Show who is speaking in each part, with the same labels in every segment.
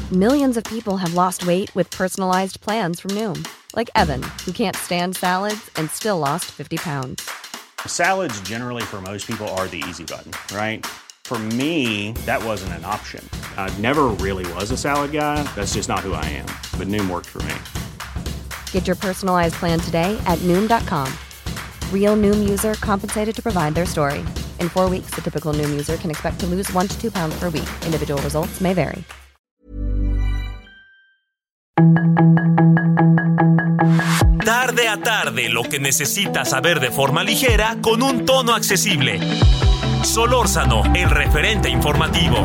Speaker 1: Millions of people have lost weight with personalized plans from Noom. Like Evan, who can't stand salads and still lost 50 pounds.
Speaker 2: Salads generally for most people are the easy button, right? For me, that wasn't an option. I never really was a salad guy. That's just not who I am. But Noom worked for me.
Speaker 1: Get your personalized plan today at Noom.com. Real Noom user compensated to provide their story. In 4 weeks, the typical Noom user can expect to lose 1 to 2 pounds per week. Individual results may vary.
Speaker 3: Tarde a tarde, lo que necesitas saber de forma ligera con un tono accesible. Solórzano, el referente informativo.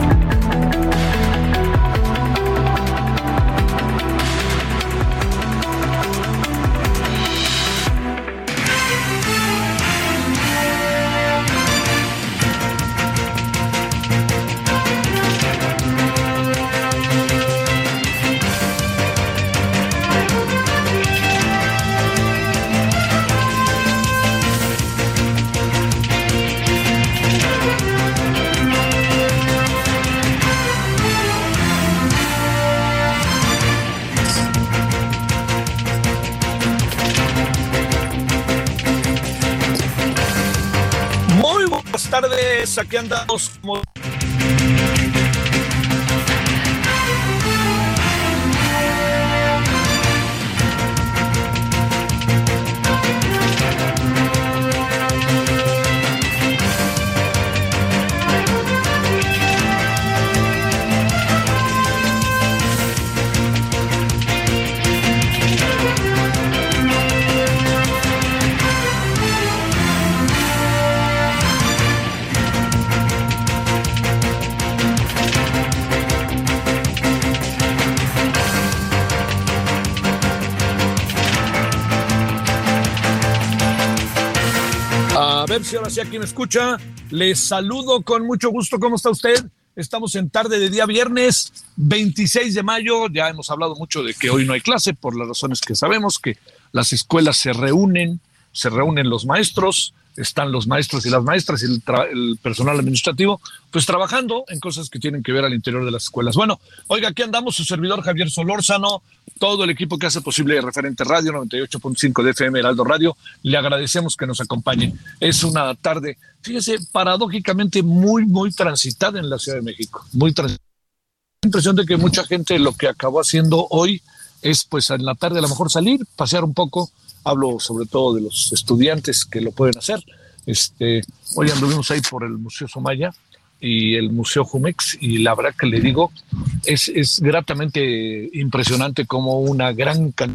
Speaker 4: Buenas tardes, aquí andamos. A ver si ahora sí aquí me escucha. Les saludo con mucho gusto. ¿Cómo está usted? Estamos en tarde de día viernes 26 de mayo. Ya hemos hablado mucho de que hoy no hay clase por las razones que sabemos, que las escuelas se reúnen los maestros, están los maestros y las maestras y el personal administrativo, pues trabajando en cosas que tienen que ver al interior de las escuelas. Bueno, oiga, aquí andamos su servidor Javier Solórzano, todo el equipo que hace posible Referente Radio 98.5 de FM Heraldo Radio. Le agradecemos que nos acompañe. Es una tarde, fíjese, paradójicamente muy, muy transitada en la Ciudad de México. Muy transitada. La impresión de que mucha gente lo que acabó haciendo hoy es, pues, en la tarde a lo mejor salir, pasear un poco. Hablo sobre todo de los estudiantes que lo pueden hacer. Hoy anduvimos ahí por el Museo Somaya y el Museo Jumex, y la verdad que le digo, es gratamente impresionante como una gran cantidad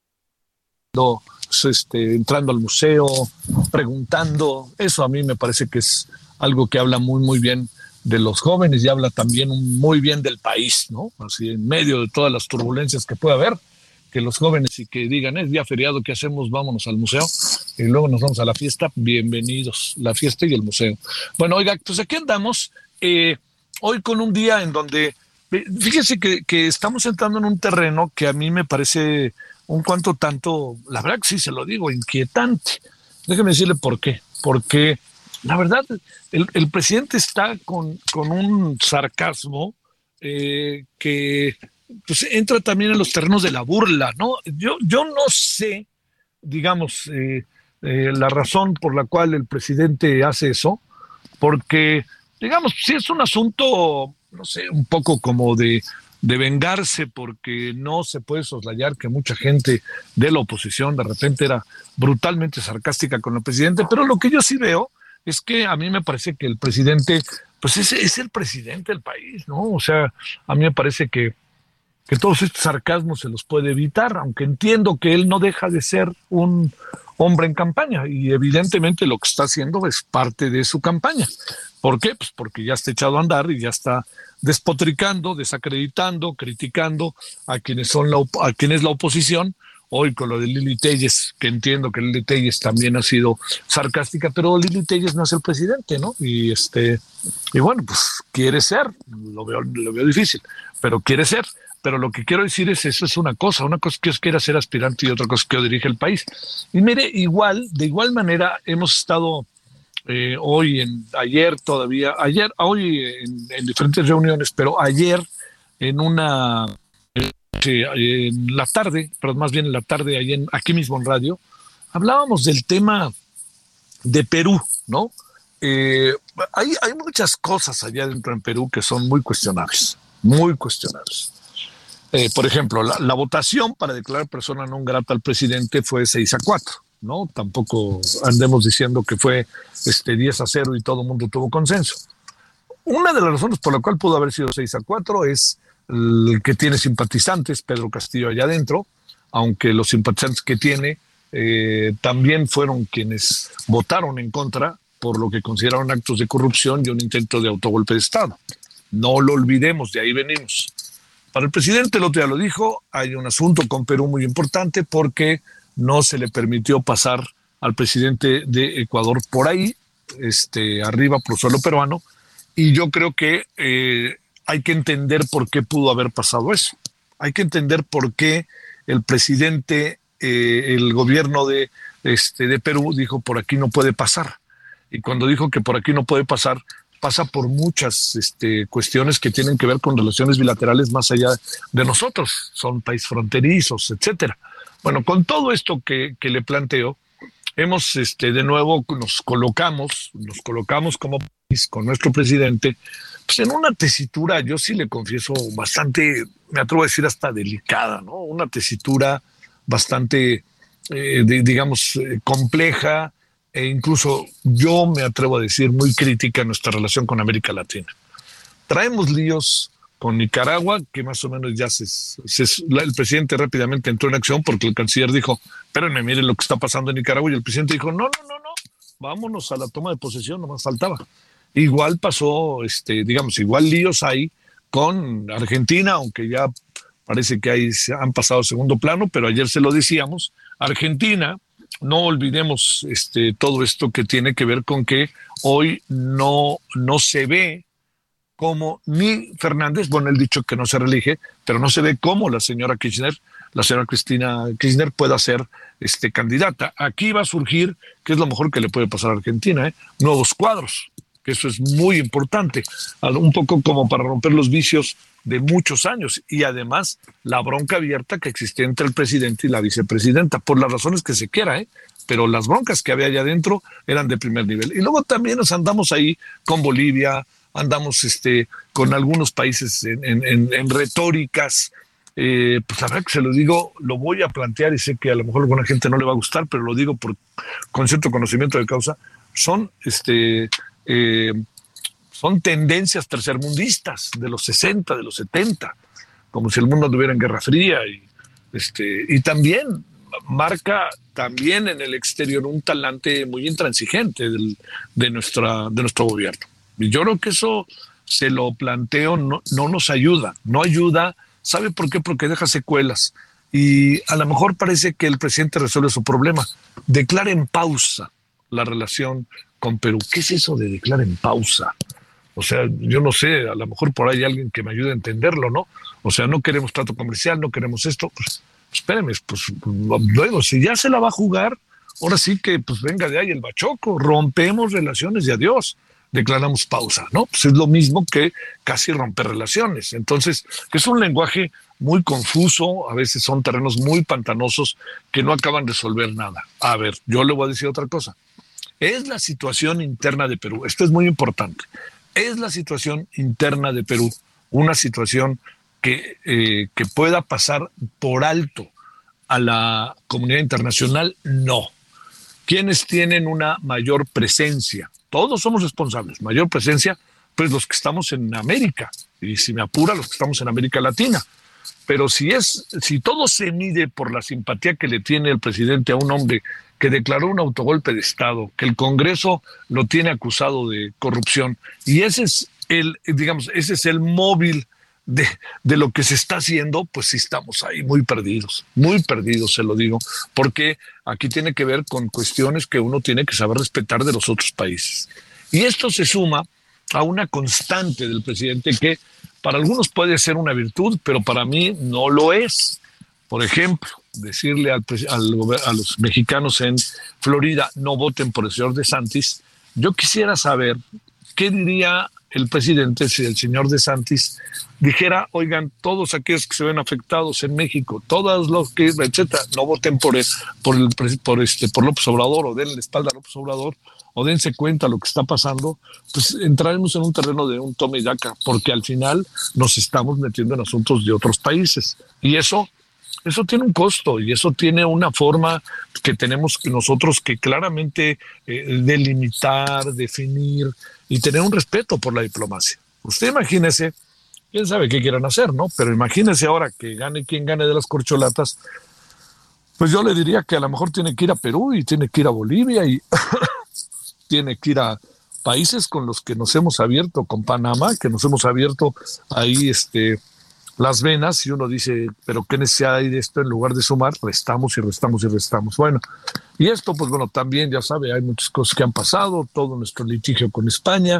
Speaker 4: entrando al museo, preguntando. Eso a mí me parece que es algo que habla muy, muy bien de los jóvenes y habla también muy bien del país, ¿no? Así, en medio de todas las turbulencias que puede haber, que los jóvenes y que digan, es día feriado, ¿qué hacemos? Vámonos al museo y luego nos vamos a la fiesta. Bienvenidos, la fiesta y el museo. Bueno, oiga, pues aquí andamos hoy con un día en donde, fíjese que estamos entrando en un terreno que a mí me parece un cuanto tanto, la verdad que sí se lo digo, inquietante. Déjeme decirle por qué. Porque la verdad, el presidente está con un sarcasmo que pues entra también en los terrenos de la burla, ¿no? Yo no sé, digamos, la razón por la cual el presidente hace eso, porque, digamos, sí es un asunto, no sé, un poco como de vengarse, porque no se puede soslayar que mucha gente de la oposición de repente era brutalmente sarcástica con el presidente, pero lo que yo sí veo es que a mí me parece que el presidente, pues es el presidente del país, ¿no? O sea, a mí me parece que todos estos sarcasmos se los puede evitar, aunque entiendo que él no deja de ser un hombre en campaña y evidentemente lo que está haciendo es parte de su campaña. ¿Por qué? Pues porque ya está echado a andar y ya está despotricando, desacreditando, criticando a quienes es la oposición. Hoy con lo de Lili Téllez, que entiendo que Lili Téllez también ha sido sarcástica, pero Lili Téllez no es el presidente, ¿no? Y bueno, pues quiere ser, lo veo difícil, pero quiere ser. Pero lo que quiero decir es, eso es una cosa es que quiera ser aspirante y otra cosa es que dirige el país. Y mire, de igual manera hemos estado hoy en diferentes reuniones, pero ayer en la tarde, pero más bien en la tarde, aquí mismo en hablábamos del tema de Perú, ¿no? Hay muchas cosas allá adentro en Perú que son muy cuestionables, muy cuestionables. Por ejemplo, la votación para declarar persona non grata al presidente fue 6-4, ¿no? Tampoco andemos diciendo que fue 10-0 y todo el mundo tuvo consenso. Una de las razones por la cual pudo haber sido 6-4 es el que tiene simpatizantes, Pedro Castillo allá adentro, aunque los simpatizantes que tiene también fueron quienes votaron en contra por lo que consideraron actos de corrupción y un intento de autogolpe de Estado. No lo olvidemos, de ahí venimos. Para el presidente, el otro día lo dijo, hay un asunto con Perú muy importante porque no se le permitió pasar al presidente de Ecuador por ahí, arriba por suelo peruano, y yo creo que hay que entender por qué pudo haber pasado eso. Hay que entender por qué el presidente, el gobierno de Perú dijo por aquí no puede pasar. Y cuando dijo que por aquí no puede pasar, pasa por muchas cuestiones que tienen que ver con relaciones bilaterales más allá de nosotros. Son países fronterizos, etcétera. Bueno, con todo esto que le planteo, hemos de nuevo nos colocamos como país con nuestro presidente pues en una tesitura, yo sí le confieso, bastante, me atrevo a decir hasta delicada, ¿no? Una tesitura bastante, compleja, e incluso yo me atrevo a decir muy crítica en nuestra relación con América Latina. Traemos líos con Nicaragua, que más o menos ya el presidente rápidamente entró en acción porque el canciller dijo, espérenme, miren lo que está pasando en Nicaragua, y el presidente dijo, no, vámonos a la toma de posesión, nomás faltaba. Igual pasó, igual líos hay con Argentina, aunque ya parece que ahí se han pasado a segundo plano, pero ayer se lo decíamos, Argentina, no olvidemos todo esto que tiene que ver con que hoy no se ve como ni Fernández, bueno, él dicho que no se reelige, pero no se ve cómo la señora Cristina Kirchner pueda ser candidata. Aquí va a surgir, que es lo mejor que le puede pasar a Argentina, nuevos cuadros, que eso es muy importante, un poco como para romper los vicios de muchos años, y además la bronca abierta que existía entre el presidente y la vicepresidenta, por las razones que se quiera, pero las broncas que había allá adentro eran de primer nivel. Y luego también nos andamos ahí con Bolivia, andamos con algunos países en retóricas, pues la verdad que se lo digo, lo voy a plantear y sé que a lo mejor a alguna gente no le va a gustar, pero lo digo con cierto conocimiento de causa, son tendencias tercermundistas de los 60, de los 70, como si el mundo anduviera en Guerra Fría, y también marca también en el exterior un talante muy intransigente de nuestro gobierno. Y yo creo que eso se lo planteo, no nos ayuda, no ayuda. ¿Sabe por qué? Porque deja secuelas. Y a lo mejor parece que el presidente resuelve su problema. Declara en pausa la relación con Perú. ¿Qué es eso de declara en pausa? O sea, yo no sé, a lo mejor por ahí hay alguien que me ayude a entenderlo, ¿no? O sea, no queremos trato comercial, no queremos esto. Pues espéreme, pues luego, si ya se la va a jugar, ahora sí que pues venga de ahí el bachoco, rompemos relaciones y adiós. Declaramos pausa, ¿no? Pues es lo mismo que casi romper relaciones. Entonces, es un lenguaje muy confuso, a veces son terrenos muy pantanosos que no acaban de resolver nada. A ver, yo le voy a decir otra cosa. Es la situación interna de Perú, esto es muy importante, es la situación interna de Perú, una situación que pueda pasar por alto a la comunidad internacional, no. ¿Quiénes tienen una mayor presencia? Todos somos responsables, mayor presencia, pues los que estamos en América, y si me apura, los que estamos en América Latina. Pero si todo se mide por la simpatía que le tiene el presidente a un hombre que declaró un autogolpe de Estado, que el Congreso lo tiene acusado de corrupción, y ese es el móvil de lo que se está haciendo, pues sí estamos ahí muy perdidos, se lo digo, porque aquí tiene que ver con cuestiones que uno tiene que saber respetar de los otros países. Y esto se suma a una constante del presidente que para algunos puede ser una virtud, pero para mí no lo es. Por ejemplo, decirle a los mexicanos en Florida no voten por el señor DeSantis. Yo quisiera saber qué diría el presidente, si el señor DeSantis dijera, oigan, todos aquellos que se ven afectados en México, todos los que, etcétera, no voten por López Obrador, o denle la espalda a López Obrador, o dense cuenta de lo que está pasando, pues entraremos en un terreno de un toma y daca, porque al final nos estamos metiendo en asuntos de otros países. Y eso tiene un costo, y eso tiene una forma que tenemos que nosotros que claramente delimitar, definir y tener un respeto por la diplomacia. Usted imagínese, quién sabe qué quieran hacer, ¿no? Pero imagínese ahora que gane quien gane de las corcholatas, pues yo le diría que a lo mejor tiene que ir a Perú y tiene que ir a Bolivia y tiene que ir a países con los que nos hemos abierto, con Panamá, que nos hemos abierto ahí las venas, y uno dice, pero qué necesidad hay de esto, en lugar de sumar, restamos y restamos y restamos. Bueno, y esto, pues bueno, también ya sabe, hay muchas cosas que han pasado, todo nuestro litigio con España,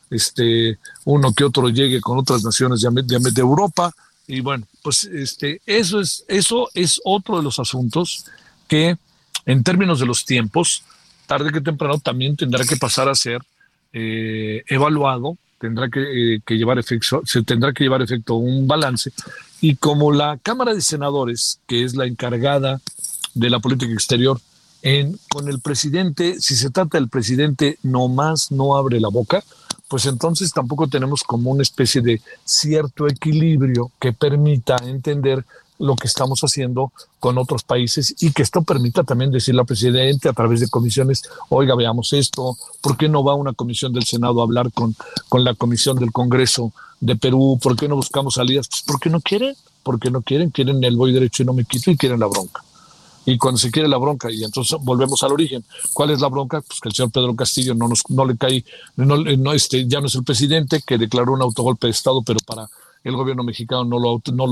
Speaker 4: uno que otro llegue con otras naciones de Europa, y bueno, pues eso es otro de los asuntos que, en términos de los tiempos, tarde que temprano también tendrá que pasar a ser evaluado, tendrá que llevar efecto, se tendrá que llevar efecto un balance, y como la Cámara de Senadores, que es la encargada de la política exterior, con el presidente, si se trata del presidente, nomás no abre la boca, pues entonces tampoco tenemos como una especie de cierto equilibrio que permita entender lo que estamos haciendo con otros países, y que esto permita también decirle al presidente a través de comisiones, oiga, veamos esto, ¿por qué no va una comisión del Senado a hablar con la comisión del Congreso de Perú? ¿Por qué no buscamos salidas? Pues porque no quieren, quieren el voy derecho y no me quito, y quieren la bronca. Y cuando se quiere la bronca, y entonces volvemos al origen, ¿cuál es la bronca? Pues que el señor Pedro Castillo no le cae, ya no es el presidente, que declaró un autogolpe de Estado, pero para el gobierno mexicano no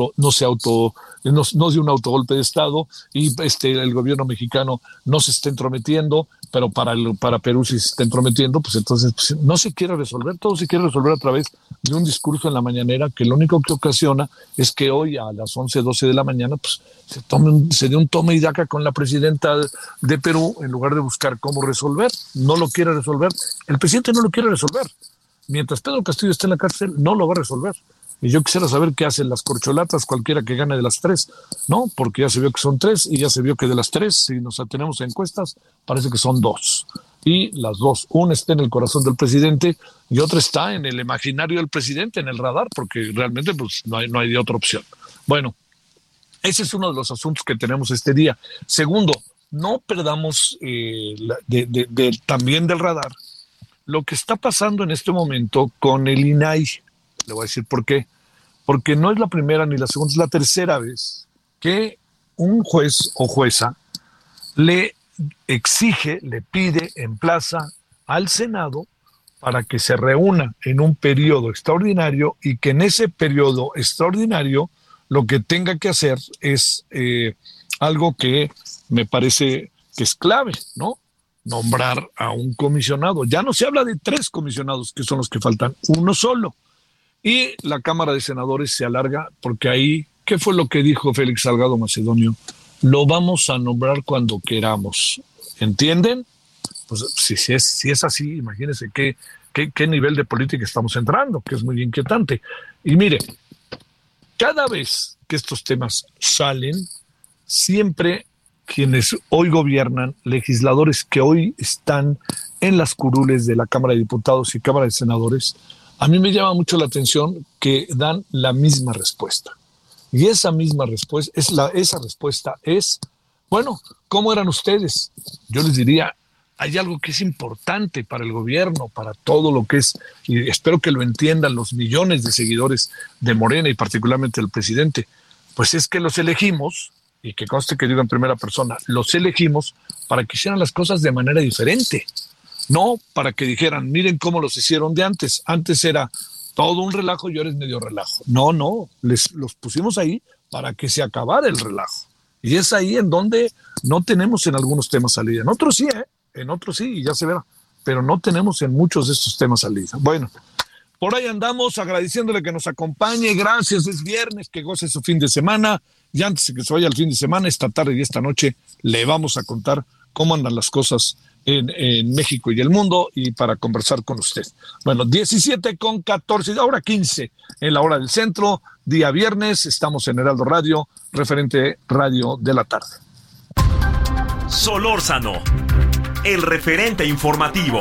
Speaker 4: dio un autogolpe de Estado, y el gobierno mexicano no se está entrometiendo, pero para Perú sí se está entrometiendo. Pues entonces no se quiere resolver, todo se quiere resolver a través de un discurso en la mañanera, que lo único que ocasiona es que hoy a las 11:12 de la mañana pues se dé un toma y daca con la presidenta de Perú, en lugar de buscar cómo resolver. No lo quiere resolver, el presidente no lo quiere resolver. Mientras Pedro Castillo esté en la cárcel, no lo va a resolver. Y yo quisiera saber qué hacen las corcholatas, cualquiera que gane de las tres, ¿no? Porque ya se vio que son tres, y ya se vio que de las tres, si nos atenemos a encuestas, parece que son dos. Y las dos, una está en el corazón del presidente y otra está en el imaginario del presidente, en el radar, porque realmente pues no hay de otra opción. Bueno, ese es uno de los asuntos que tenemos este día. Segundo, no perdamos también del radar lo que está pasando en este momento con el INAI. Le voy a decir por qué. Porque no es la primera ni la segunda, es la tercera vez que un juez o jueza le pide, emplaza al Senado para que se reúna en un periodo extraordinario, y que en ese periodo extraordinario lo que tenga que hacer es algo que me parece que es clave, ¿no? Nombrar a un comisionado. Ya no se habla de 3 comisionados, que son los que faltan, uno solo. Y la Cámara de Senadores se alarga, porque ahí, ¿qué fue lo que dijo Félix Salgado Macedonio? Lo vamos a nombrar cuando queramos. ¿Entienden? Pues si es así, imagínense qué nivel de política estamos entrando, que es muy inquietante. Y mire, cada vez que estos temas salen, siempre quienes hoy gobiernan, legisladores que hoy están en las curules de la Cámara de Diputados y Cámara de Senadores, a mí me llama mucho la atención que dan la misma respuesta. Y esa misma respuesta, esa respuesta es, bueno, ¿cómo eran ustedes? Yo les diría, hay algo que es importante para el gobierno, para todo lo que es, y espero que lo entiendan los millones de seguidores de Morena y particularmente el presidente, pues es que los elegimos, y que conste que digo en primera persona, los elegimos para que hicieran las cosas de manera diferente. No para que dijeran, miren cómo los hicieron de antes. Antes era todo un relajo y ahora es medio relajo. No, los pusimos ahí para que se acabara el relajo. Y es ahí en donde no tenemos en algunos temas salida. En otros sí, y ya se verá. Pero no tenemos en muchos de estos temas salida. Bueno, por ahí andamos agradeciéndole que nos acompañe. Gracias, es viernes, que goce su fin de semana. Y antes de que se vaya el fin de semana, esta tarde y esta noche, le vamos a contar cómo andan las cosas en México y el mundo y para conversar con usted. Bueno, 17:14, ahora 15 en la hora del centro, día viernes, estamos en Heraldo Radio, referente radio de la tarde.
Speaker 3: Solórzano, el referente informativo.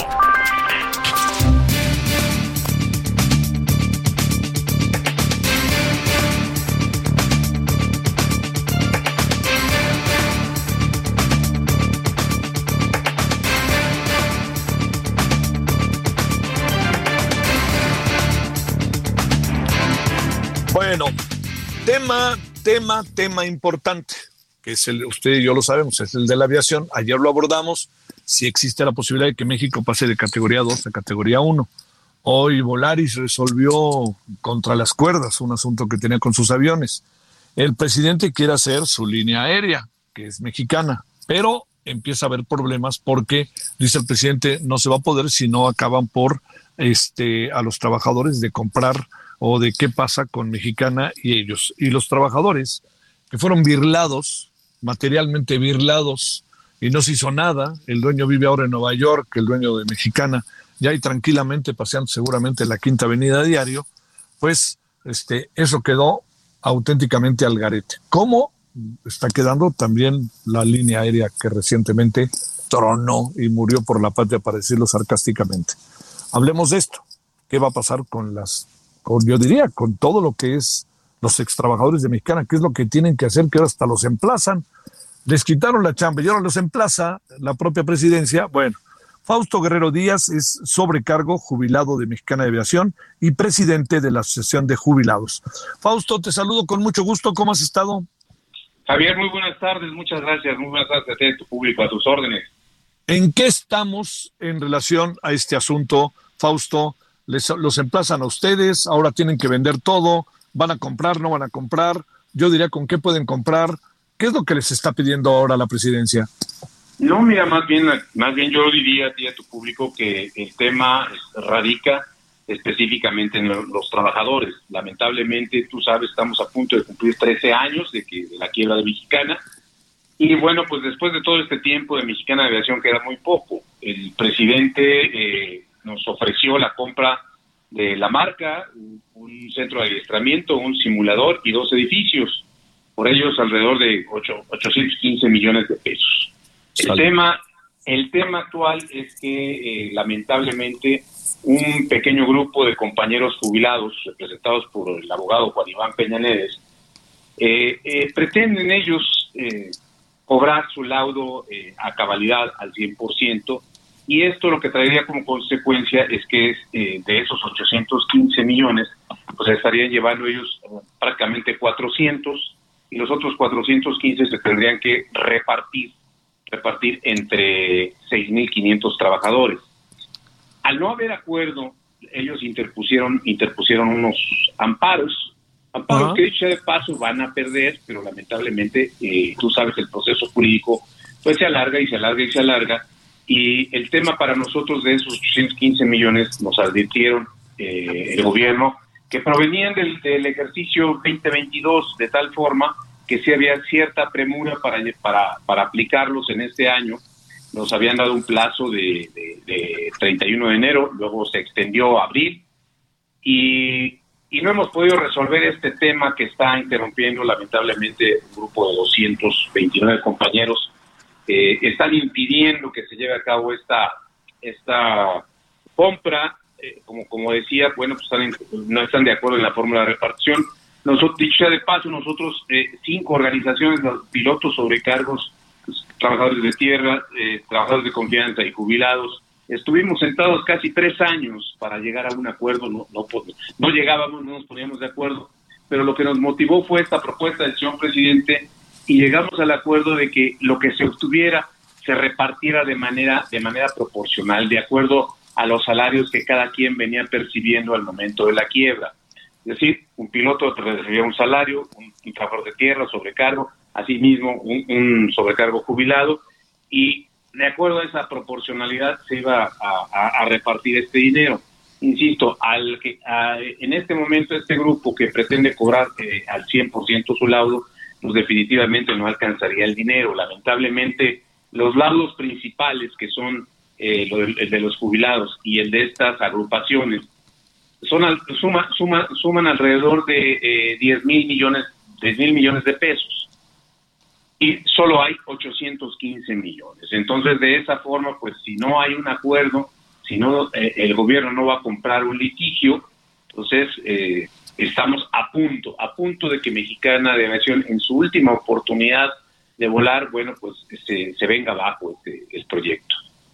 Speaker 4: Bueno, tema importante, que es usted y yo lo sabemos, es el de la aviación. Ayer lo abordamos, si existe la posibilidad de que México pase de categoría 2 a categoría 1. Hoy Volaris resolvió contra las cuerdas un asunto que tenía con sus aviones. El presidente quiere hacer su línea aérea, que es mexicana, pero empieza a haber problemas porque, dice el presidente, no se va a poder si no acaban por a los trabajadores de comprar o de qué pasa con Mexicana y ellos. Y los trabajadores que fueron birlados, materialmente birlados, y no se hizo nada. El dueño vive ahora en Nueva York, el dueño de Mexicana, ya ahí tranquilamente paseando seguramente en la Quinta Avenida diario, pues eso quedó auténticamente al garete. ¿Cómo está quedando también la línea aérea que recientemente tronó y murió por la patria, para decirlo sarcásticamente? Hablemos de esto. ¿Qué va a pasar yo diría, con todo lo que es los extrabajadores de Mexicana? ¿Qué es lo que tienen que hacer? Que ahora hasta los emplazan. Les quitaron la chamba y ahora los emplaza la propia presidencia. Bueno, Fausto Guerrero Díaz es sobrecargo, jubilado de Mexicana de Aviación y presidente de la Asociación de Jubilados. Fausto, te saludo con mucho gusto. ¿Cómo has estado?
Speaker 5: Javier, muy buenas tardes. Muchas gracias. Muy buenas tardes a ti, a tu público, a tus órdenes.
Speaker 4: ¿En qué estamos en relación a este asunto, Fausto? Los emplazan a ustedes, ahora tienen que vender todo, van a comprar, no van a comprar, yo diría con qué pueden comprar, ¿qué es lo que les está pidiendo ahora la presidencia?
Speaker 5: No, mira, más bien yo diría a ti, a tu público, que el tema radica específicamente en los trabajadores. Lamentablemente, tú sabes, estamos a punto de cumplir 13 años de la quiebra de Mexicana, y bueno, pues después de todo este tiempo de Mexicana de Aviación queda muy poco. El presidente nos ofreció la compra de la marca, un centro de adiestramiento, un simulador y 2 edificios, por ellos alrededor de 815 millones de pesos. El tema actual es que lamentablemente un pequeño grupo de compañeros jubilados, representados por el abogado Juan Iván Peña Neves, pretenden ellos cobrar su laudo a cabalidad al 100%, y esto lo que traería como consecuencia es que de esos 815 millones, pues estarían llevando ellos prácticamente 400, y los otros 415 se tendrían que repartir entre 6.500 trabajadores. Al no haber acuerdo, ellos interpusieron unos amparos que, dicho de paso, van a perder, pero lamentablemente, tú sabes, el proceso jurídico pues se alarga y se alarga y se alarga. Y el tema para nosotros de esos 815 millones nos advirtieron el gobierno que provenían del ejercicio 2022, de tal forma que sí había cierta premura para aplicarlos en este año. Nos habían dado un plazo de 31 de enero, luego se extendió a abril, y no hemos podido resolver este tema que está interrumpiendo lamentablemente un grupo de 229 compañeros. Están impidiendo que se lleve a cabo esta compra. Como decía, bueno, pues no están de acuerdo en la fórmula de repartición. Nosotros, dicho sea de paso, 5 organizaciones, los pilotos, sobrecargos, trabajadores de tierra, trabajadores de confianza y jubilados, estuvimos sentados casi 3 años para llegar a un acuerdo. No llegábamos, no nos poníamos de acuerdo, pero lo que nos motivó fue esta propuesta del señor presidente, y llegamos al acuerdo de que lo que se obtuviera se repartiera de manera proporcional, de acuerdo a los salarios que cada quien venía percibiendo al momento de la quiebra. Es decir, un piloto recibía un salario, un trabajador de tierra, sobrecargo, asimismo un sobrecargo jubilado, y de acuerdo a esa proporcionalidad se iba a repartir este dinero. Insisto, en este momento este grupo que pretende cobrar al 100% su laudo, pues definitivamente no alcanzaría el dinero. Lamentablemente Los laudos principales, que son el de los jubilados y el de estas agrupaciones, suman alrededor de 10 mil millones de pesos. Y solo hay 815 millones. Entonces, de esa forma, pues si no hay un acuerdo, si no el gobierno no va a comprar un litigio, entonces estamos a punto de que Mexicana de Aviación, en su última oportunidad de volar, bueno, pues se venga abajo el proyecto.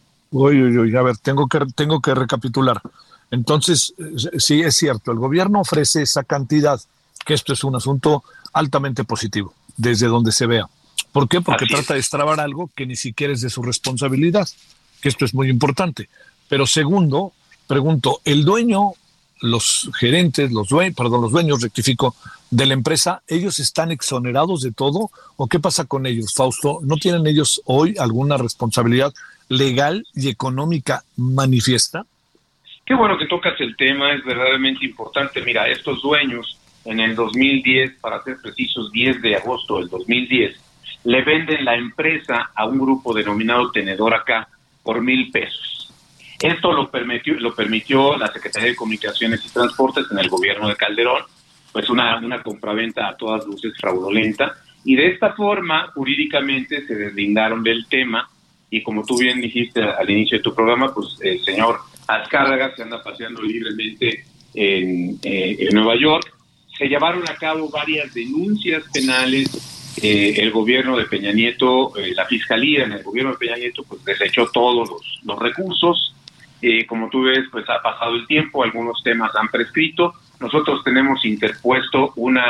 Speaker 4: A ver, tengo que recapitular. Entonces, sí es cierto, el gobierno ofrece esa cantidad, que esto es un asunto altamente positivo, desde donde se vea. ¿Por qué? Porque trata de extrabar algo que ni siquiera es de su responsabilidad, que esto es muy importante. Pero segundo, pregunto, ¿el dueño, los gerentes, los dueños, rectifico, de la empresa, ellos están exonerados de todo? ¿O qué pasa con ellos, Fausto? ¿No tienen ellos hoy alguna responsabilidad legal y económica manifiesta?
Speaker 5: Qué bueno que tocas el tema, es verdaderamente importante. Mira, estos dueños en el 2010, para ser precisos, 10 de agosto del 2010, le venden la empresa a un grupo denominado Tenedor Acá por $1,000. Esto lo permitió la Secretaría de Comunicaciones y Transportes en el gobierno de Calderón, pues una compraventa a todas luces fraudulenta, y de esta forma jurídicamente se deslindaron del tema, y como tú bien dijiste al inicio de tu programa, pues el señor Azcárraga se anda paseando libremente en Nueva York. Se llevaron a cabo varias denuncias penales. El gobierno de Peña Nieto, la fiscalía en el gobierno de Peña Nieto, pues desechó todos los recursos. Como tú ves, pues ha pasado el tiempo, algunos temas han prescrito. Nosotros tenemos interpuesto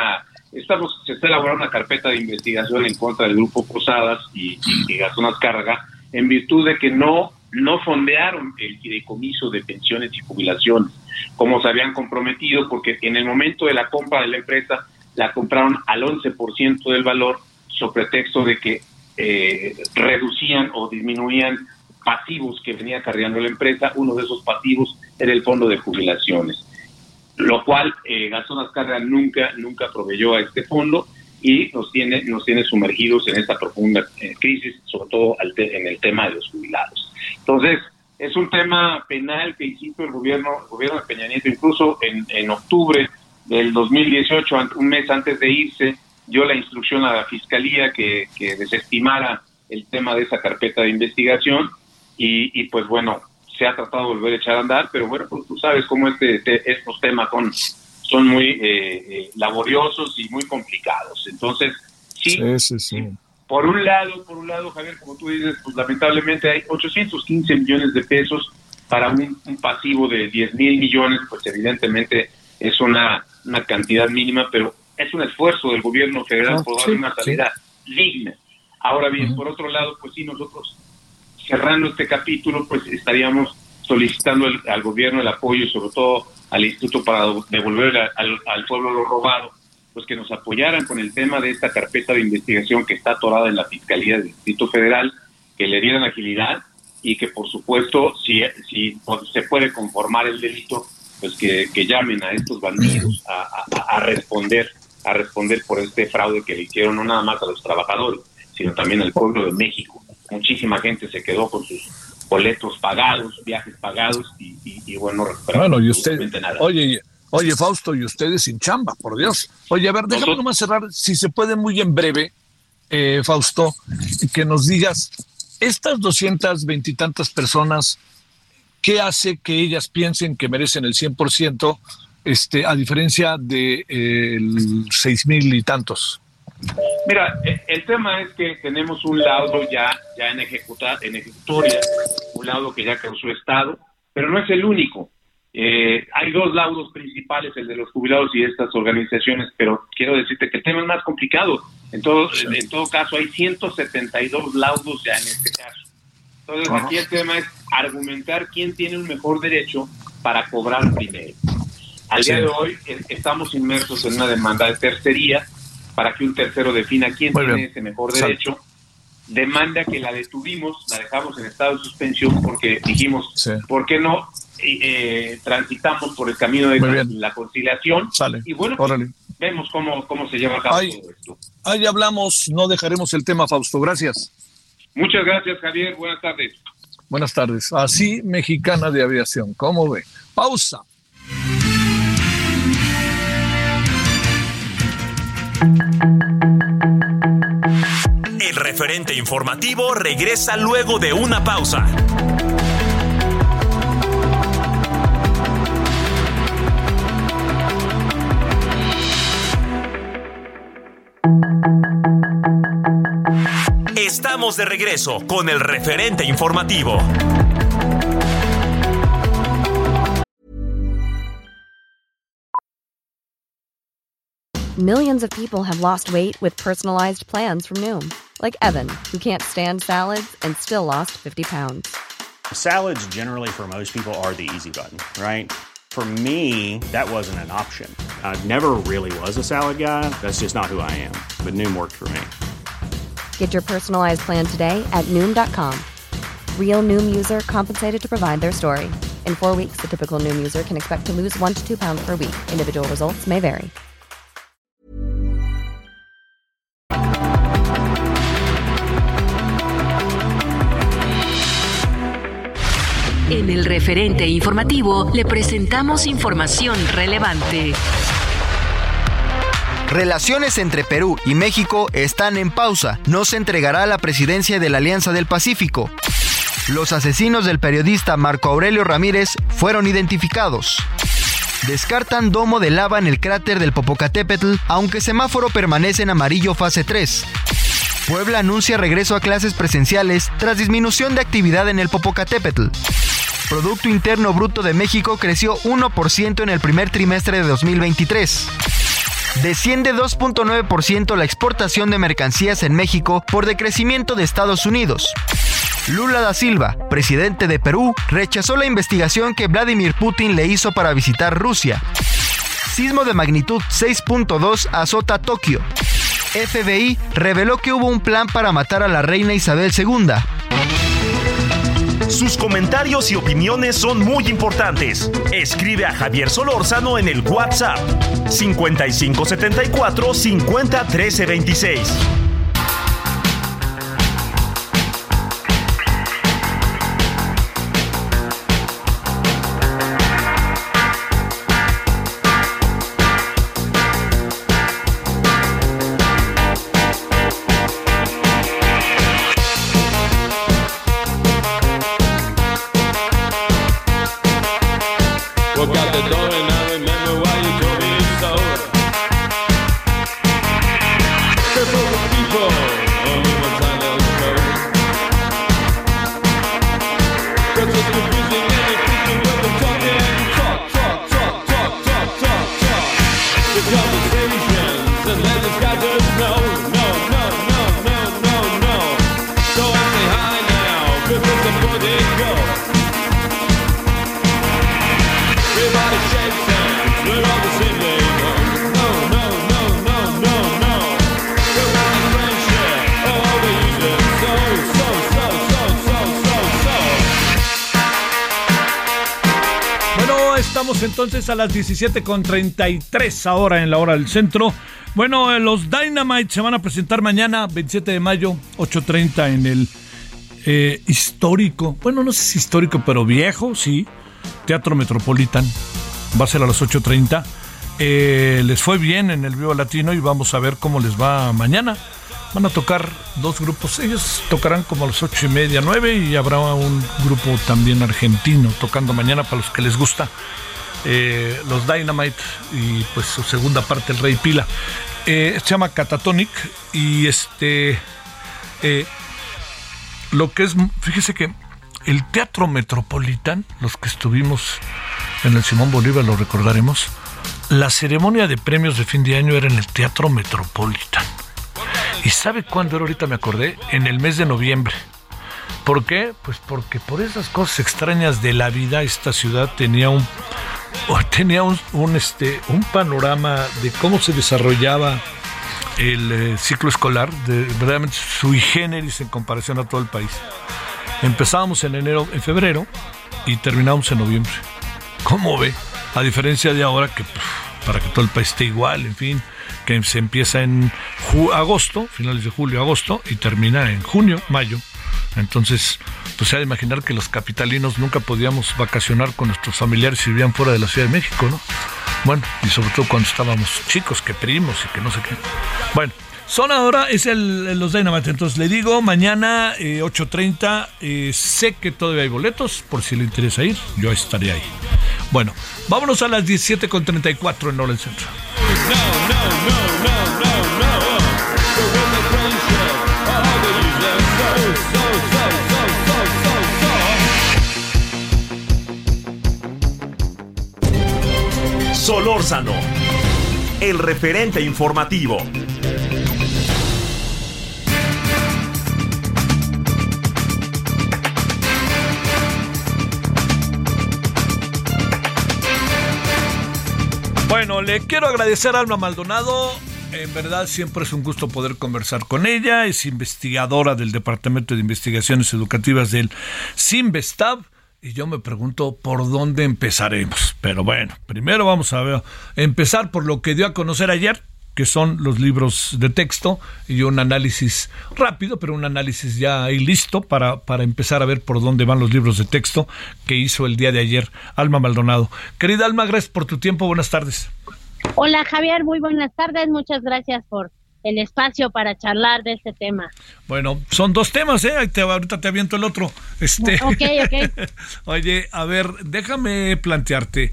Speaker 5: se está elaborando una carpeta de investigación en contra del Grupo Posadas y Gastón Azcárraga, en virtud de que no fondearon el fideicomiso de pensiones y jubilaciones, como se habían comprometido, porque en el momento de la compra de la empresa, la compraron al 11% del valor, sobre pretexto de que reducían o disminuían pasivos que venía cargando la empresa. Uno de esos pasivos era el fondo de jubilaciones, lo cual Gastón Azcárraga nunca proveyó a este fondo y nos tiene sumergidos en esta profunda crisis, sobre todo en el tema de los jubilados. Entonces, es un tema penal que hizo el gobierno de Peña Nieto. Incluso en octubre del 2018, un mes antes de irse, dio la instrucción a la Fiscalía que desestimara el tema de esa carpeta de investigación y pues bueno, se ha tratado de volver a echar a andar, pero bueno, pues tú sabes cómo estos temas son muy laboriosos y muy complicados. Entonces, sí. Por un lado, Javier, como tú dices, pues lamentablemente hay 815 millones de pesos para un pasivo de 10 mil millones, pues evidentemente es una cantidad mínima, pero es un esfuerzo del gobierno federal por darle una salida digna. Ahora bien, por otro lado, pues sí, nosotros cerrando este capítulo, pues estaríamos solicitando al gobierno el apoyo y sobre todo al instituto para devolver al pueblo lo robado, pues que nos apoyaran con el tema de esta carpeta de investigación que está atorada en la Fiscalía del Distrito Federal, que le dieran agilidad y que por supuesto si se puede conformar el delito, pues que llamen a estos bandidos a responder por este fraude que le hicieron no nada más a los trabajadores, sino también al pueblo de México. Muchísima gente se quedó con sus boletos pagados, viajes pagados y bueno, no recuperaron absolutamente nada.
Speaker 4: Oye, Fausto, y ustedes sin chamba, por Dios. Oye, a ver, déjame nomás cerrar, si se puede muy en breve, Fausto, que nos digas, estas 220 y tantas personas, ¿qué hace que ellas piensen que merecen el 100%, a diferencia de 6,000 y tantos?
Speaker 5: Mira, el tema es que tenemos un laudo ya en ejecutoria, un laudo que ya causó Estado, pero no es el único. Hay dos laudos principales, el de los jubilados y estas organizaciones, pero quiero decirte que el tema es más complicado. En todo caso, hay 172 laudos ya en este caso. Entonces, aquí el tema es argumentar quién tiene un mejor derecho para cobrar primero. Al día de hoy estamos inmersos en una demanda de tercería para que un tercero defina quién tiene ese mejor derecho. Demanda que la detuvimos, la dejamos en estado de suspensión porque dijimos, ¿por qué no transitamos por el camino de la conciliación? Y bueno, vemos cómo se lleva a cabo todo esto.
Speaker 4: Ahí hablamos, no dejaremos el tema, Fausto. Gracias.
Speaker 5: Muchas gracias, Javier. Buenas tardes.
Speaker 4: Buenas tardes. Así, Mexicana de Aviación. ¿Cómo ve? Pausa.
Speaker 3: El referente informativo regresa luego de una pausa. Estamos de regreso con el referente informativo.
Speaker 1: Millions of people have lost weight with personalized plans from Noom. Like Evan, who can't stand salads and still lost 50 pounds.
Speaker 2: Salads generally for most people are the easy button, right? For me, that wasn't an option. I never really was a salad guy. That's just not who I am. But Noom worked for me.
Speaker 1: Get your personalized plan today at Noom.com. Real Noom user compensated to provide their story. In 4 weeks, the typical Noom user can expect to lose 1 to 2 pounds per week. Individual results may vary.
Speaker 6: En el referente informativo le presentamos información relevante.
Speaker 7: Relaciones entre Perú y México están en pausa. No se entregará la presidencia de la Alianza del Pacífico. Los asesinos del periodista Marco Aurelio Ramírez fueron identificados. Descartan domo de lava en el cráter del Popocatépetl, aunque semáforo permanece en amarillo fase 3. Puebla anuncia regreso a clases presenciales tras disminución de actividad en el Popocatépetl. Producto Interno Bruto de México creció 1% en el primer trimestre de 2023. Desciende 2.9% la exportación de mercancías en México por decrecimiento de Estados Unidos. Lula da Silva, presidente de Perú, rechazó la investigación que Vladimir Putin le hizo para visitar Rusia. Sismo de magnitud 6.2 azota Tokio. FBI reveló que hubo un plan para matar a la reina Isabel II.
Speaker 3: Sus comentarios y opiniones son muy importantes. Escribe a Javier Solórzano en el WhatsApp 5574 50 13 26.
Speaker 4: Estamos entonces a las 17:33 ahora en la hora del centro. Bueno, los Dynamite se van a presentar mañana, 27 de mayo, 8:30 en el histórico, bueno, no sé si histórico, pero viejo, sí, Teatro Metropolitan. Va a ser a las 8:30. Les fue bien en el Viva Latino y vamos a ver cómo les va mañana. Van a tocar dos grupos, ellos tocarán como a las 8:30, 9, y habrá un grupo también argentino tocando mañana para los que les gusta. Los Dynamite y pues su segunda parte, El Rey Pila. Se llama Catatonic y lo que es, fíjese que el Teatro Metropolitan, los que estuvimos en el Simón Bolívar lo recordaremos, la ceremonia de premios de fin de año era en el Teatro Metropolitan. ¿Y sabe cuándo era? Ahorita me acordé, en el mes de noviembre. ¿Por qué? Pues porque por esas cosas extrañas de la vida esta ciudad tenía un panorama de cómo se desarrollaba el ciclo escolar, de verdaderamente sui generis en comparación a todo el país. Empezábamos en febrero y terminábamos en noviembre. ¿Cómo ve? A diferencia de ahora que para que todo el país esté igual, en fin, que se empieza en agosto, finales de julio, agosto, y termina en junio, mayo. Entonces, pues se ha de imaginar que los capitalinos nunca podíamos vacacionar con nuestros familiares si vivían fuera de la Ciudad de México, ¿no? Bueno, y sobre todo cuando estábamos chicos, que primos y que no sé qué. Bueno, son ahora, es los Dynamite, entonces le digo, mañana 8:30, sé que todavía hay boletos, por si le interesa ir, yo estaré ahí. Bueno, vámonos a las 17:34 en Hora Centro.
Speaker 3: Solórzano, el referente informativo.
Speaker 4: Bueno, le quiero agradecer a Alma Maldonado. En verdad siempre es un gusto poder conversar con ella. Es investigadora del Departamento de Investigaciones Educativas del CINVESTAB. Y yo me pregunto por dónde empezaremos. Pero bueno, primero vamos a empezar por lo que dio a conocer ayer, que son los libros de texto, y un análisis rápido, pero un análisis ya ahí listo para empezar a ver por dónde van los libros de texto que hizo el día de ayer Alma Maldonado. Querida Alma, gracias por tu tiempo, buenas tardes.
Speaker 8: Hola Javier, muy buenas tardes, muchas gracias por el espacio para charlar de este tema.
Speaker 4: Bueno, son dos temas, ahorita te aviento el otro.
Speaker 8: Ok.
Speaker 4: Oye, a ver, déjame plantearte,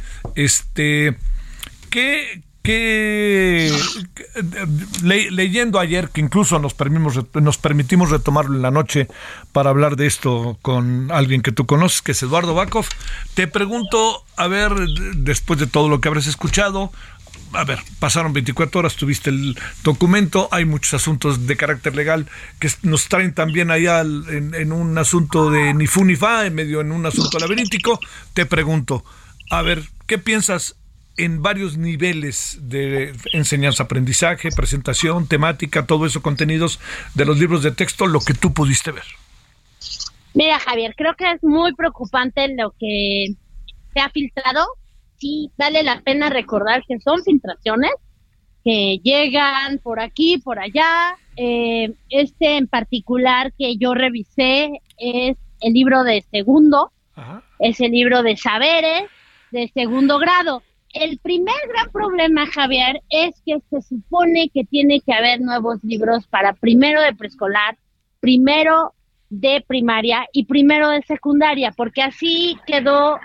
Speaker 4: leyendo ayer, que incluso nos permitimos retomarlo en la noche para hablar de esto con alguien que tú conoces, que es Eduardo Bakov, te pregunto, a ver, después de todo lo que habrás escuchado, a ver, pasaron 24 horas, tuviste el documento, hay muchos asuntos de carácter legal que nos traen también allá en un asunto de ni fu ni fa, en un asunto laberíntico. Te pregunto, a ver, ¿qué piensas en varios niveles de enseñanza-aprendizaje, presentación, temática, todo eso, contenidos de los libros de texto, lo que tú pudiste ver?
Speaker 8: Mira, Javier, creo que es muy preocupante lo que se ha filtrado. Sí, vale la pena recordar que son filtraciones que llegan por aquí, por allá. En particular que yo revisé es el libro de segundo, es el libro de saberes de segundo grado. El primer gran problema, Javier, es que se supone que tiene que haber nuevos libros para primero de preescolar, primero de primaria y primero de secundaria, porque así quedó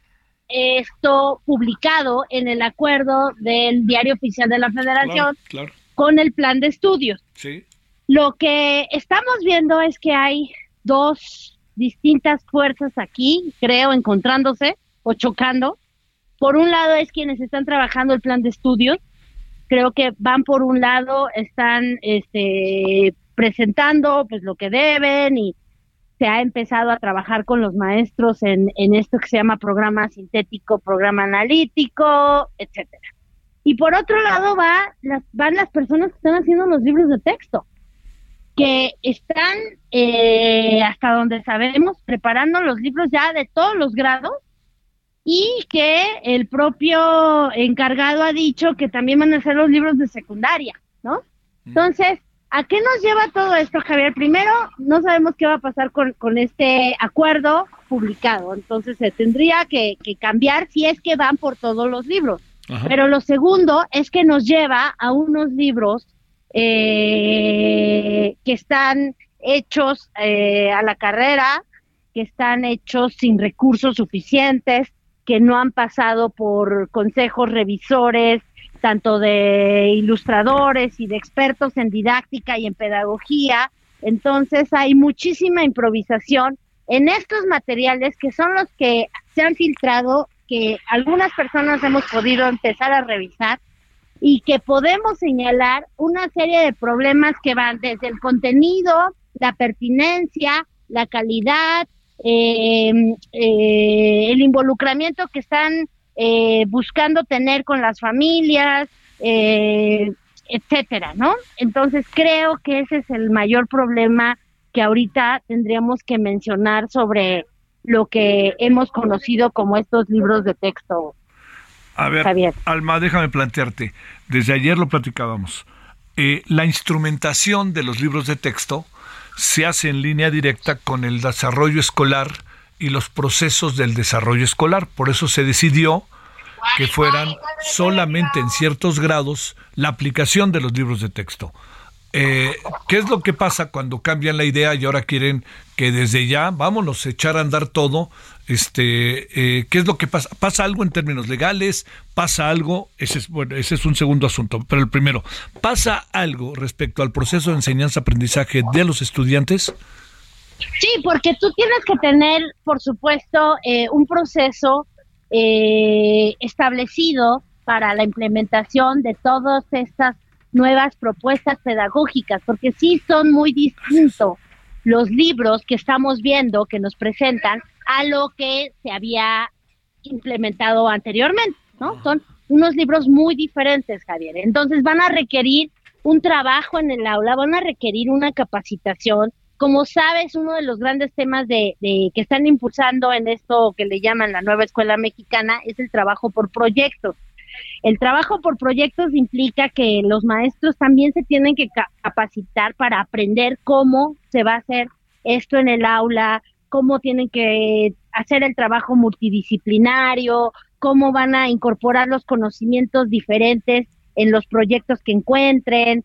Speaker 8: esto publicado en el acuerdo del Diario Oficial de la Federación, claro. Con el plan de estudios.
Speaker 4: Sí.
Speaker 8: Lo que estamos viendo es que hay dos distintas fuerzas aquí, creo, encontrándose o chocando. Por un lado es quienes están trabajando el plan de estudios, creo que van por un lado, están presentando pues lo que deben y se ha empezado a trabajar con los maestros en esto que se llama programa sintético, programa analítico, etcétera. Y por otro lado van las personas que están haciendo los libros de texto, que están, hasta donde sabemos, preparando los libros ya de todos los grados, y que el propio encargado ha dicho que también van a hacer los libros de secundaria, ¿no? Entonces, ¿a qué nos lleva todo esto, Javier? Primero, no sabemos qué va a pasar con este acuerdo publicado, entonces se tendría que cambiar si es que van por todos los libros. Ajá. Pero lo segundo es que nos lleva a unos libros que están hechos a la carrera, que están hechos sin recursos suficientes, que no han pasado por consejos revisores, tanto de ilustradores y de expertos en didáctica y en pedagogía. Entonces hay muchísima improvisación en estos materiales que son los que se han filtrado, que algunas personas hemos podido empezar a revisar y que podemos señalar una serie de problemas que van desde el contenido, la pertinencia, la calidad, el involucramiento que están buscando tener con las familias, etcétera, ¿no? Entonces creo que ese es el mayor problema que ahorita tendríamos que mencionar sobre lo que hemos conocido como estos libros de texto.
Speaker 4: A ver, Javier. Alma, déjame plantearte, desde ayer lo platicábamos, la instrumentación de los libros de texto se hace en línea directa con el desarrollo escolar y los procesos del desarrollo escolar. Por eso se decidió que fueran solamente en ciertos grados la aplicación de los libros de texto. ¿Qué es lo que pasa cuando cambian la idea y ahora quieren que desde ya, vámonos, echar a andar todo? ¿Qué es lo que pasa? ¿Pasa algo en términos legales? ¿Pasa algo? Ese es un segundo asunto, pero el primero, ¿pasa algo respecto al proceso de enseñanza-aprendizaje de los estudiantes?
Speaker 8: Sí, porque tú tienes que tener, por supuesto, un proceso establecido para la implementación de todas estas nuevas propuestas pedagógicas, porque sí son muy distintos los libros que estamos viendo, que nos presentan, a lo que se había implementado anteriormente, ¿no? Son unos libros muy diferentes, Javier. Entonces van a requerir un trabajo en el aula, van a requerir una capacitación. Como sabes, uno de los grandes temas de que están impulsando en esto que le llaman la nueva escuela mexicana es el trabajo por proyectos. El trabajo por proyectos implica que los maestros también se tienen que capacitar para aprender cómo se va a hacer esto en el aula, cómo tienen que hacer el trabajo multidisciplinario, cómo van a incorporar los conocimientos diferentes en los proyectos que encuentren,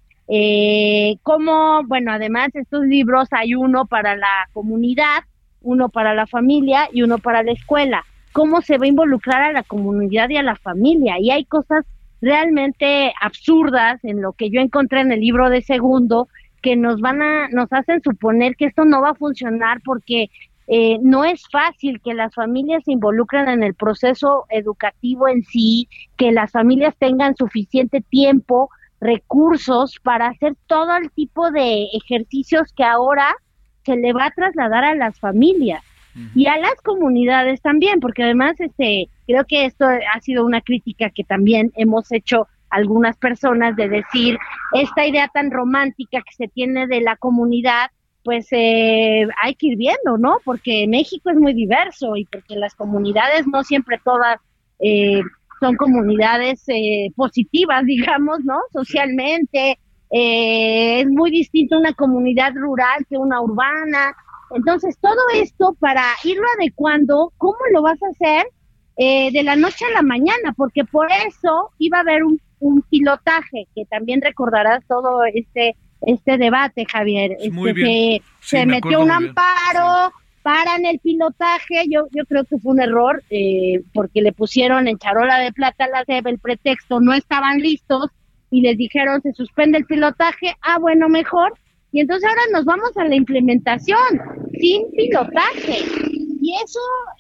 Speaker 8: cómo, bueno, además estos libros hay uno para la comunidad, uno para la familia y uno para la escuela. Cómo se va a involucrar a la comunidad y a la familia. Y hay cosas realmente absurdas en lo que yo encontré en el libro de segundo que nos hacen suponer que esto no va a funcionar porque no es fácil que las familias se involucren en el proceso educativo en sí, que las familias tengan suficiente tiempo, recursos para hacer todo el tipo de ejercicios que ahora se le va a trasladar a las familias. Y a las comunidades también, porque además creo que esto ha sido una crítica que también hemos hecho algunas personas de decir esta idea tan romántica que se tiene de la comunidad, pues hay que ir viendo, ¿no? Porque México es muy diverso y porque las comunidades no siempre todas son comunidades positivas, digamos, ¿no? Socialmente, es muy distinto una comunidad rural que una urbana. Entonces, todo esto para irlo adecuando, ¿cómo lo vas a hacer de la noche a la mañana? Porque por eso iba a haber un pilotaje, que también recordarás todo este debate, Javier.
Speaker 4: Muy bien.
Speaker 8: Se metió un amparo, paran el pilotaje. Yo creo que fue un error, porque le pusieron en charola de plata la SEP el pretexto, no estaban listos, y les dijeron, se suspende el pilotaje. Bueno, mejor. Y entonces ahora nos vamos a la implementación sin pilotaje. Y eso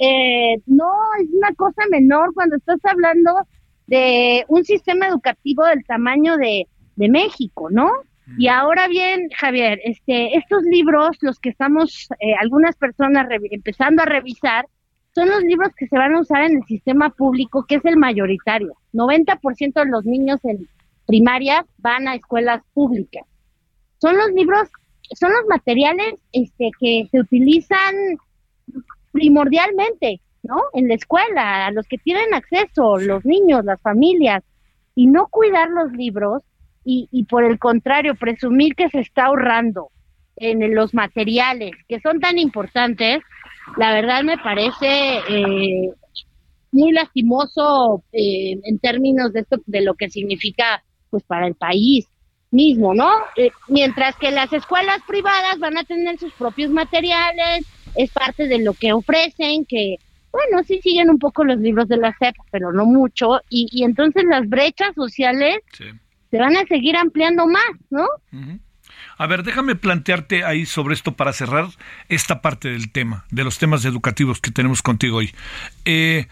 Speaker 8: no es una cosa menor cuando estás hablando de un sistema educativo del tamaño de México, ¿no? Y ahora bien, Javier, estos libros, los que estamos, algunas personas empezando a revisar, son los libros que se van a usar en el sistema público, que es el mayoritario. 90% de los niños en primaria van a escuelas públicas. Son los libros, son los materiales que se utilizan primordialmente, ¿no? En la escuela, a los que tienen acceso, los niños, las familias, y no cuidar los libros y por el contrario, presumir que se está ahorrando en los materiales que son tan importantes, la verdad me parece muy lastimoso en términos de esto, de lo que significa pues para el país mismo, ¿no? Mientras que las escuelas privadas van a tener sus propios materiales, es parte de lo que ofrecen, que, bueno, sí siguen un poco los libros de la SEP, pero no mucho, y entonces las brechas sociales se van a seguir ampliando más, ¿no?
Speaker 4: Uh-huh. A ver, déjame plantearte ahí sobre esto para cerrar esta parte del tema, de los temas educativos que tenemos contigo hoy. ¿Qué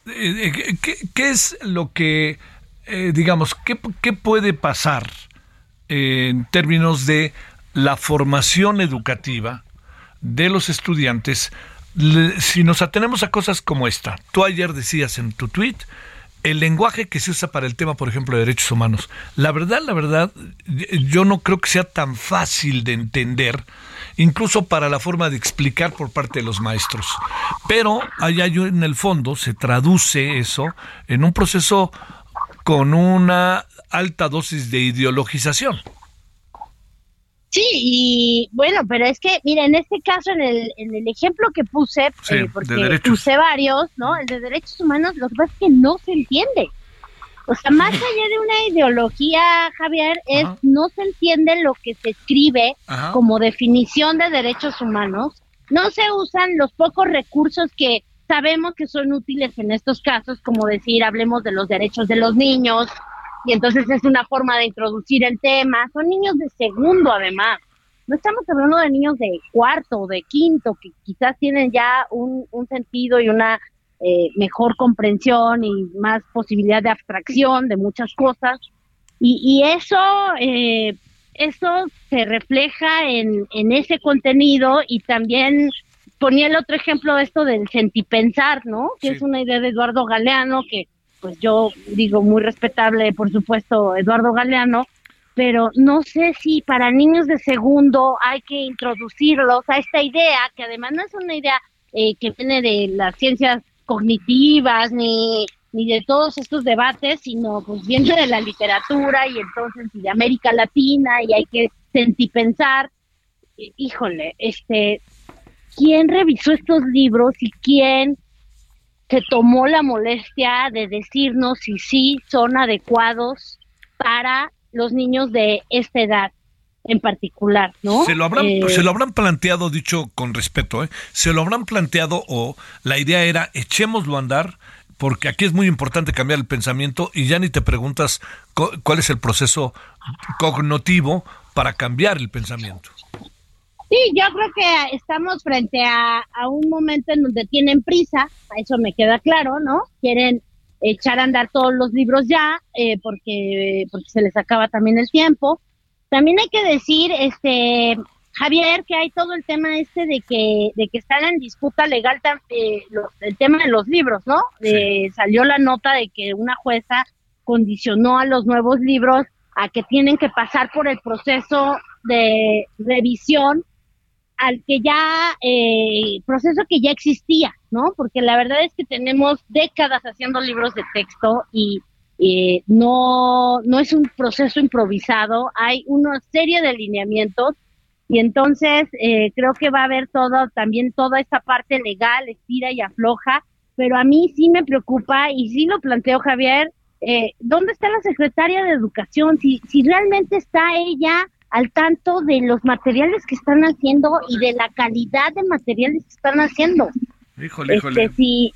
Speaker 4: es lo que, digamos, qué puede pasar en términos de la formación educativa de los estudiantes si nos atenemos a cosas como esta? Tú ayer decías en tu tweet el lenguaje que se usa para el tema, por ejemplo, de derechos humanos. La verdad, yo no creo que sea tan fácil de entender, incluso para la forma de explicar por parte de los maestros. Pero allá en el fondo se traduce eso en un proceso con una alta dosis de ideologización.
Speaker 8: Sí, y bueno, pero es que, mira, en este caso, en el ejemplo que puse, porque puse varios, ¿no? El de derechos humanos, lo que pasa es que no se entiende. O sea, más allá de una ideología, Javier, no se entiende lo que se escribe como definición de derechos humanos. No se usan los pocos recursos que sabemos que son útiles en estos casos, como decir, hablemos de los derechos de los niños, y entonces es una forma de introducir el tema. Son niños de segundo, además. No estamos hablando de niños de cuarto o de quinto, que quizás tienen ya un sentido y una mejor comprensión y más posibilidad de abstracción de muchas cosas. Y eso se refleja en ese contenido. Y también ponía el otro ejemplo de esto del sentipensar, ¿no? Que es una idea de Eduardo Galeano, que pues yo digo muy respetable, por supuesto, Eduardo Galeano, pero no sé si para niños de segundo hay que introducirlos a esta idea, que además no es una idea que viene de las ciencias cognitivas ni de todos estos debates, sino pues viene de la literatura y entonces y de América Latina, y hay que sentipensar. Híjole, ¿quién revisó estos libros y quién se tomó la molestia de decirnos si sí son adecuados para los niños de esta edad en particular, ¿no?
Speaker 4: Se lo habrán planteado, dicho con respeto, se lo habrán planteado, o la idea era echémoslo a andar, porque aquí es muy importante cambiar el pensamiento y ya ni te preguntas cuál es el proceso cognitivo para cambiar el pensamiento.
Speaker 8: Sí, yo creo que estamos frente a un momento en donde tienen prisa, eso me queda claro, ¿no? Quieren echar a andar todos los libros ya, porque se les acaba también el tiempo. También hay que decir, Javier, que hay todo el tema de que están en disputa legal el tema de los libros, ¿no? Sí. Salió la nota de que una jueza condicionó a los nuevos libros a que tienen que pasar por el proceso de revisión al que proceso que ya existía, ¿no? Porque la verdad es que tenemos décadas haciendo libros de texto y no es un proceso improvisado, hay una serie de lineamientos, y entonces creo que va a haber también toda esta parte legal, estira y afloja, pero a mí sí me preocupa, y sí lo planteo, Javier, ¿dónde está la secretaria de Educación? Si realmente está ella al tanto de los materiales que están haciendo y de la calidad de materiales que están haciendo.
Speaker 4: Híjole.
Speaker 8: Sí.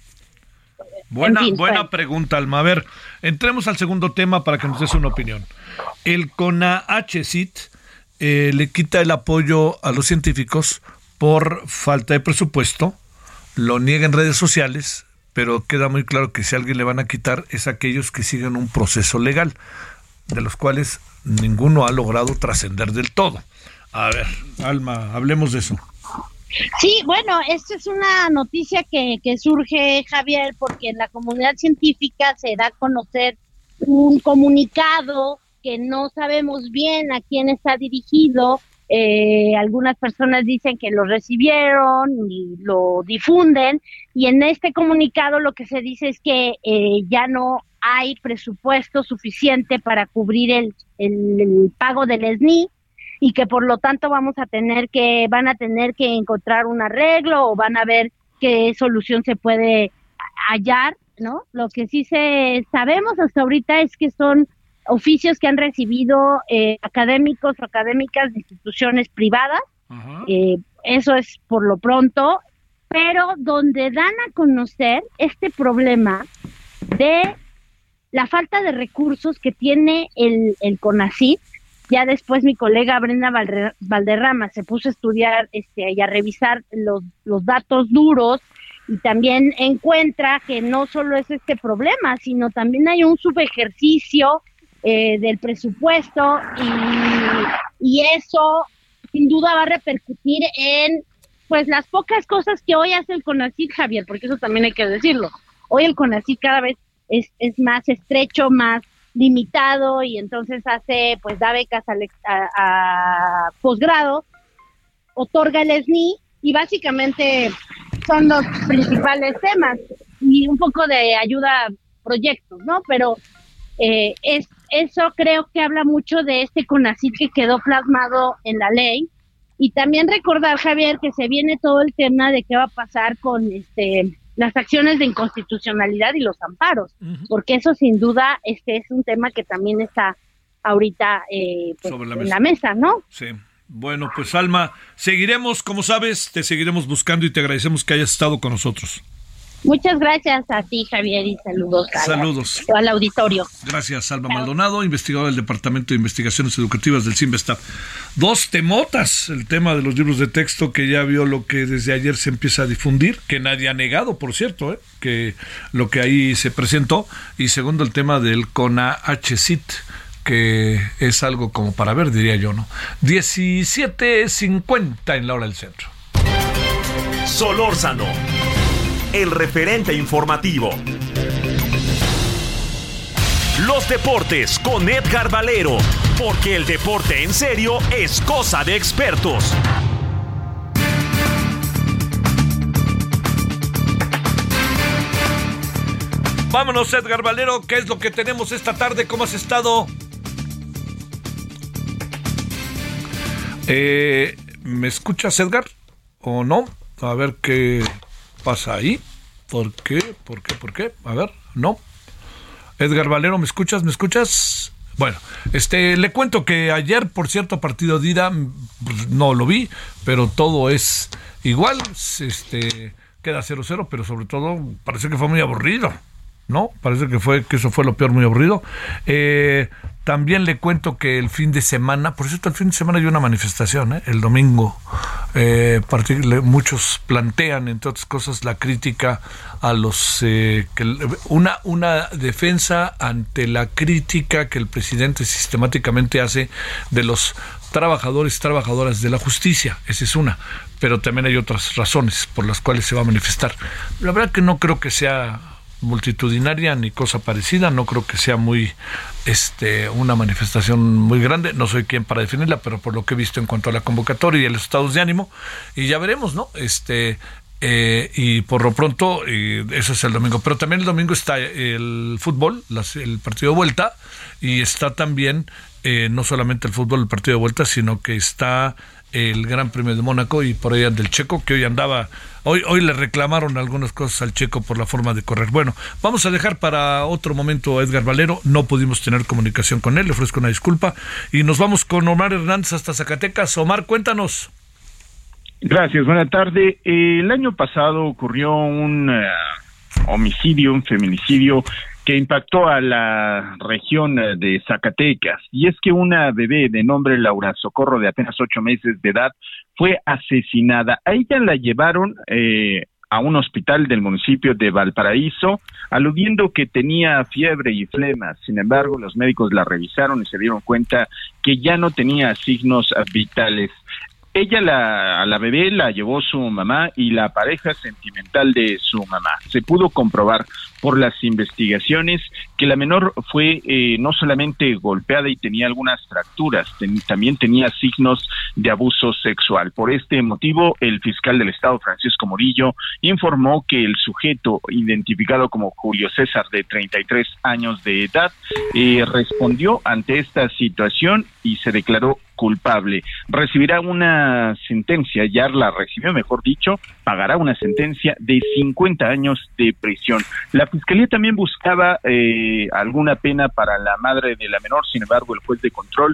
Speaker 4: Buena pregunta, Alma. A ver, entremos al segundo tema para que nos des una opinión. El CONAHCIT le quita el apoyo a los científicos por falta de presupuesto, lo niega en redes sociales, pero queda muy claro que si a alguien le van a quitar es a aquellos que siguen un proceso legal, de los cuales ninguno ha logrado trascender del todo. A ver, Alma, hablemos de eso.
Speaker 8: Sí, bueno, esta es una noticia que surge, Javier, porque en la comunidad científica se da a conocer un comunicado que no sabemos bien a quién está dirigido. Algunas personas dicen que lo recibieron y lo difunden, y en este comunicado lo que se dice es que ya no hay presupuesto suficiente para cubrir el pago del SNI, y que por lo tanto van a tener que encontrar un arreglo, o van a ver qué solución se puede hallar, ¿no? Lo que sí sabemos hasta ahorita es que son oficios que han recibido académicos o académicas de instituciones privadas. Eso es por lo pronto, pero donde dan a conocer este problema de la falta de recursos que tiene el CONACYT. Ya después mi colega Brenda Valderrama se puso a estudiar y a revisar los datos duros, y también encuentra que no solo es este problema, sino también hay un subejercicio del presupuesto, y eso sin duda va a repercutir en pues las pocas cosas que hoy hace el CONACYT, Javier, porque eso también hay que decirlo. Hoy el CONACYT cada vez es más estrecho, más limitado, y entonces da becas a posgrado, otorga el SNI, y básicamente son los principales temas, y un poco de ayuda a proyectos, ¿no? Pero es eso creo que habla mucho de este CONACYT que quedó plasmado en la ley. Y también recordar, Javier, que se viene todo el tema de qué va a pasar con las acciones de inconstitucionalidad y los amparos, porque eso sin duda es un tema que también está ahorita en la mesa, ¿no?
Speaker 4: Sí. Bueno, pues Alma, seguiremos, como sabes, te seguiremos buscando y te agradecemos que hayas estado con nosotros.
Speaker 8: Muchas gracias a ti, Javier, y saludos al auditorio.
Speaker 4: Gracias, Alma Maldonado, investigadora del Departamento de Investigaciones Educativas del CIMBESTAB. 2 temotas, el tema de los libros de texto, que ya vio lo que desde ayer se empieza a difundir, que nadie ha negado, por cierto, que lo que ahí se presentó, y segundo, el tema del CONACYT, que es algo como para ver, diría yo, ¿no? 17:50 en la hora del centro.
Speaker 3: Solórzano, el referente informativo. Los deportes con Edgar Valero, porque el deporte en serio es cosa de expertos.
Speaker 4: Vámonos, Edgar Valero, ¿qué es lo que tenemos esta tarde? ¿Cómo has estado? ¿Me escuchas, Edgar? ¿O no? A ver qué pasa ahí. ¿Por qué? A ver, no. Edgar Valero, ¿me escuchas? Bueno, le cuento que ayer, por cierto, partido de ida, pues, no lo vi, pero todo es igual. Queda 0-0, pero sobre todo parece que fue muy aburrido, ¿no? Parece que eso fue lo peor, muy aburrido. También le cuento que el fin de semana, por cierto, el fin de semana hay una manifestación, el domingo. Muchos plantean, entre otras cosas, la crítica a los una defensa ante la crítica que el presidente sistemáticamente hace de los trabajadoras de la justicia. Esa es una, pero también hay otras razones por las cuales se va a manifestar. La verdad que no creo que sea multitudinaria ni cosa parecida, no creo que sea muy una manifestación muy grande, no soy quien para definirla, pero por lo que he visto en cuanto a la convocatoria y a los estados de ánimo, y ya veremos, ¿no? Y por lo pronto eso es el domingo, pero también el domingo está el fútbol, el partido de vuelta, y está también no solamente el fútbol, el partido de vuelta, sino que está el Gran Premio de Mónaco y por ahí anda el Checo, que hoy le reclamaron algunas cosas al Checo por la forma de correr. Bueno, vamos a dejar para otro momento a Edgar Valero, no pudimos tener comunicación con él, le ofrezco una disculpa, y nos vamos con Omar Hernández hasta Zacatecas. Omar, cuéntanos.
Speaker 9: Gracias, buena tarde. El año pasado ocurrió un homicidio, un feminicidio que impactó a la región de Zacatecas, y es que una bebé de nombre Laura Socorro, de apenas 8 meses de edad, fue asesinada. A ella la llevaron a un hospital del municipio de Valparaíso, aludiendo que tenía fiebre y flema. Sin embargo, los médicos la revisaron y se dieron cuenta que ya no tenía signos vitales. Ella, a la bebé, la llevó su mamá y la pareja sentimental de su mamá. Se pudo comprobar por las investigaciones que la menor fue no solamente golpeada y tenía algunas fracturas, también tenía signos de abuso sexual. Por este motivo, el fiscal del estado, Francisco Murillo, informó que el sujeto, identificado como Julio César, de 33 años de edad, respondió ante esta situación y se declaró culpable. Recibirá una sentencia, ya la recibió, mejor dicho, pagará una sentencia de 50 años de prisión. La fiscalía también buscaba alguna pena para la madre de la menor, sin embargo, el juez de control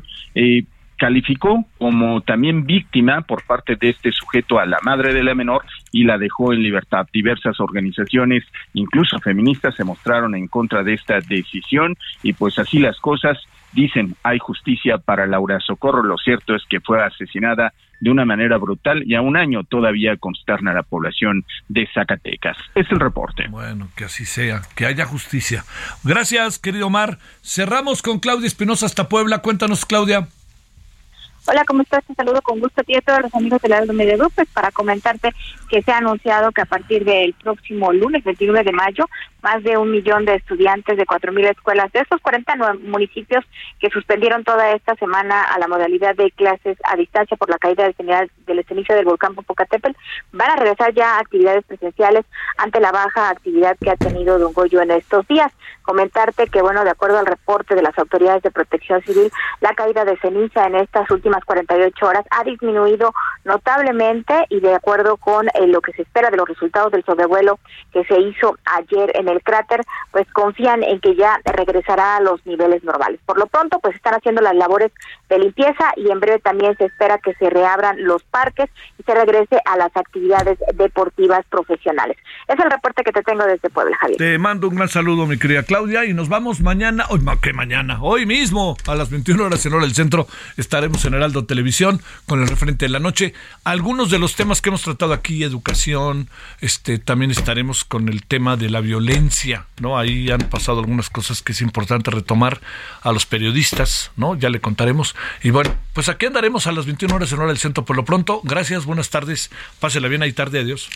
Speaker 9: calificó como también víctima por parte de este sujeto a la madre de la menor y la dejó en libertad. Diversas organizaciones, incluso feministas, se mostraron en contra de esta decisión, y pues así las cosas. Dicen, hay justicia para Laura Socorro. Lo cierto es que fue asesinada de una manera brutal y a un año todavía consterna a la población de Zacatecas. Es el reporte.
Speaker 4: Bueno, que así sea, que haya justicia. Gracias, querido Omar. Cerramos con Claudia Espinosa hasta Puebla. Cuéntanos, Claudia.
Speaker 10: Hola, ¿cómo estás? Te saludo con gusto a ti y a todos los amigos de la Media Group, pues para comentarte que se ha anunciado que a partir del próximo lunes, 29 de mayo, más de 1 millón de estudiantes de 4,000 escuelas de estos 49 municipios que suspendieron toda esta semana a la modalidad de clases a distancia por la caída del cenizo del volcán Popocatépetl, van a regresar ya a actividades presenciales ante la baja actividad que ha tenido Don Goyo en estos días. Comentarte que, bueno, de acuerdo al reporte de las autoridades de Protección Civil, la caída de ceniza en estas últimas 48 horas ha disminuido notablemente, y de acuerdo con lo que se espera de los resultados del sobrevuelo que se hizo ayer en el cráter, pues confían en que ya regresará a los niveles normales. Por lo pronto, pues están haciendo las labores de limpieza y en breve también se espera que se reabran los parques y se regrese a las actividades deportivas profesionales. Es el reporte que te tengo desde Puebla, Javier.
Speaker 4: Te mando un gran saludo, mi querida Claudia, y nos vamos mañana, hoy mismo, a las 21 horas en Hora del Centro, estaremos en Heraldo Televisión con el referente de la noche. Algunos de los temas que hemos tratado aquí, educación, también estaremos con el tema de la violencia, ¿no? Ahí han pasado algunas cosas que es importante retomar a los periodistas, ¿no? Ya le contaremos. Y bueno, pues aquí andaremos a las 21 horas en Hora del Centro. Por lo pronto, gracias, buenas tardes, pásela bien ahí tarde, adiós.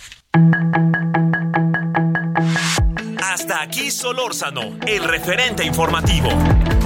Speaker 3: Hasta aquí Solórzano, el referente informativo.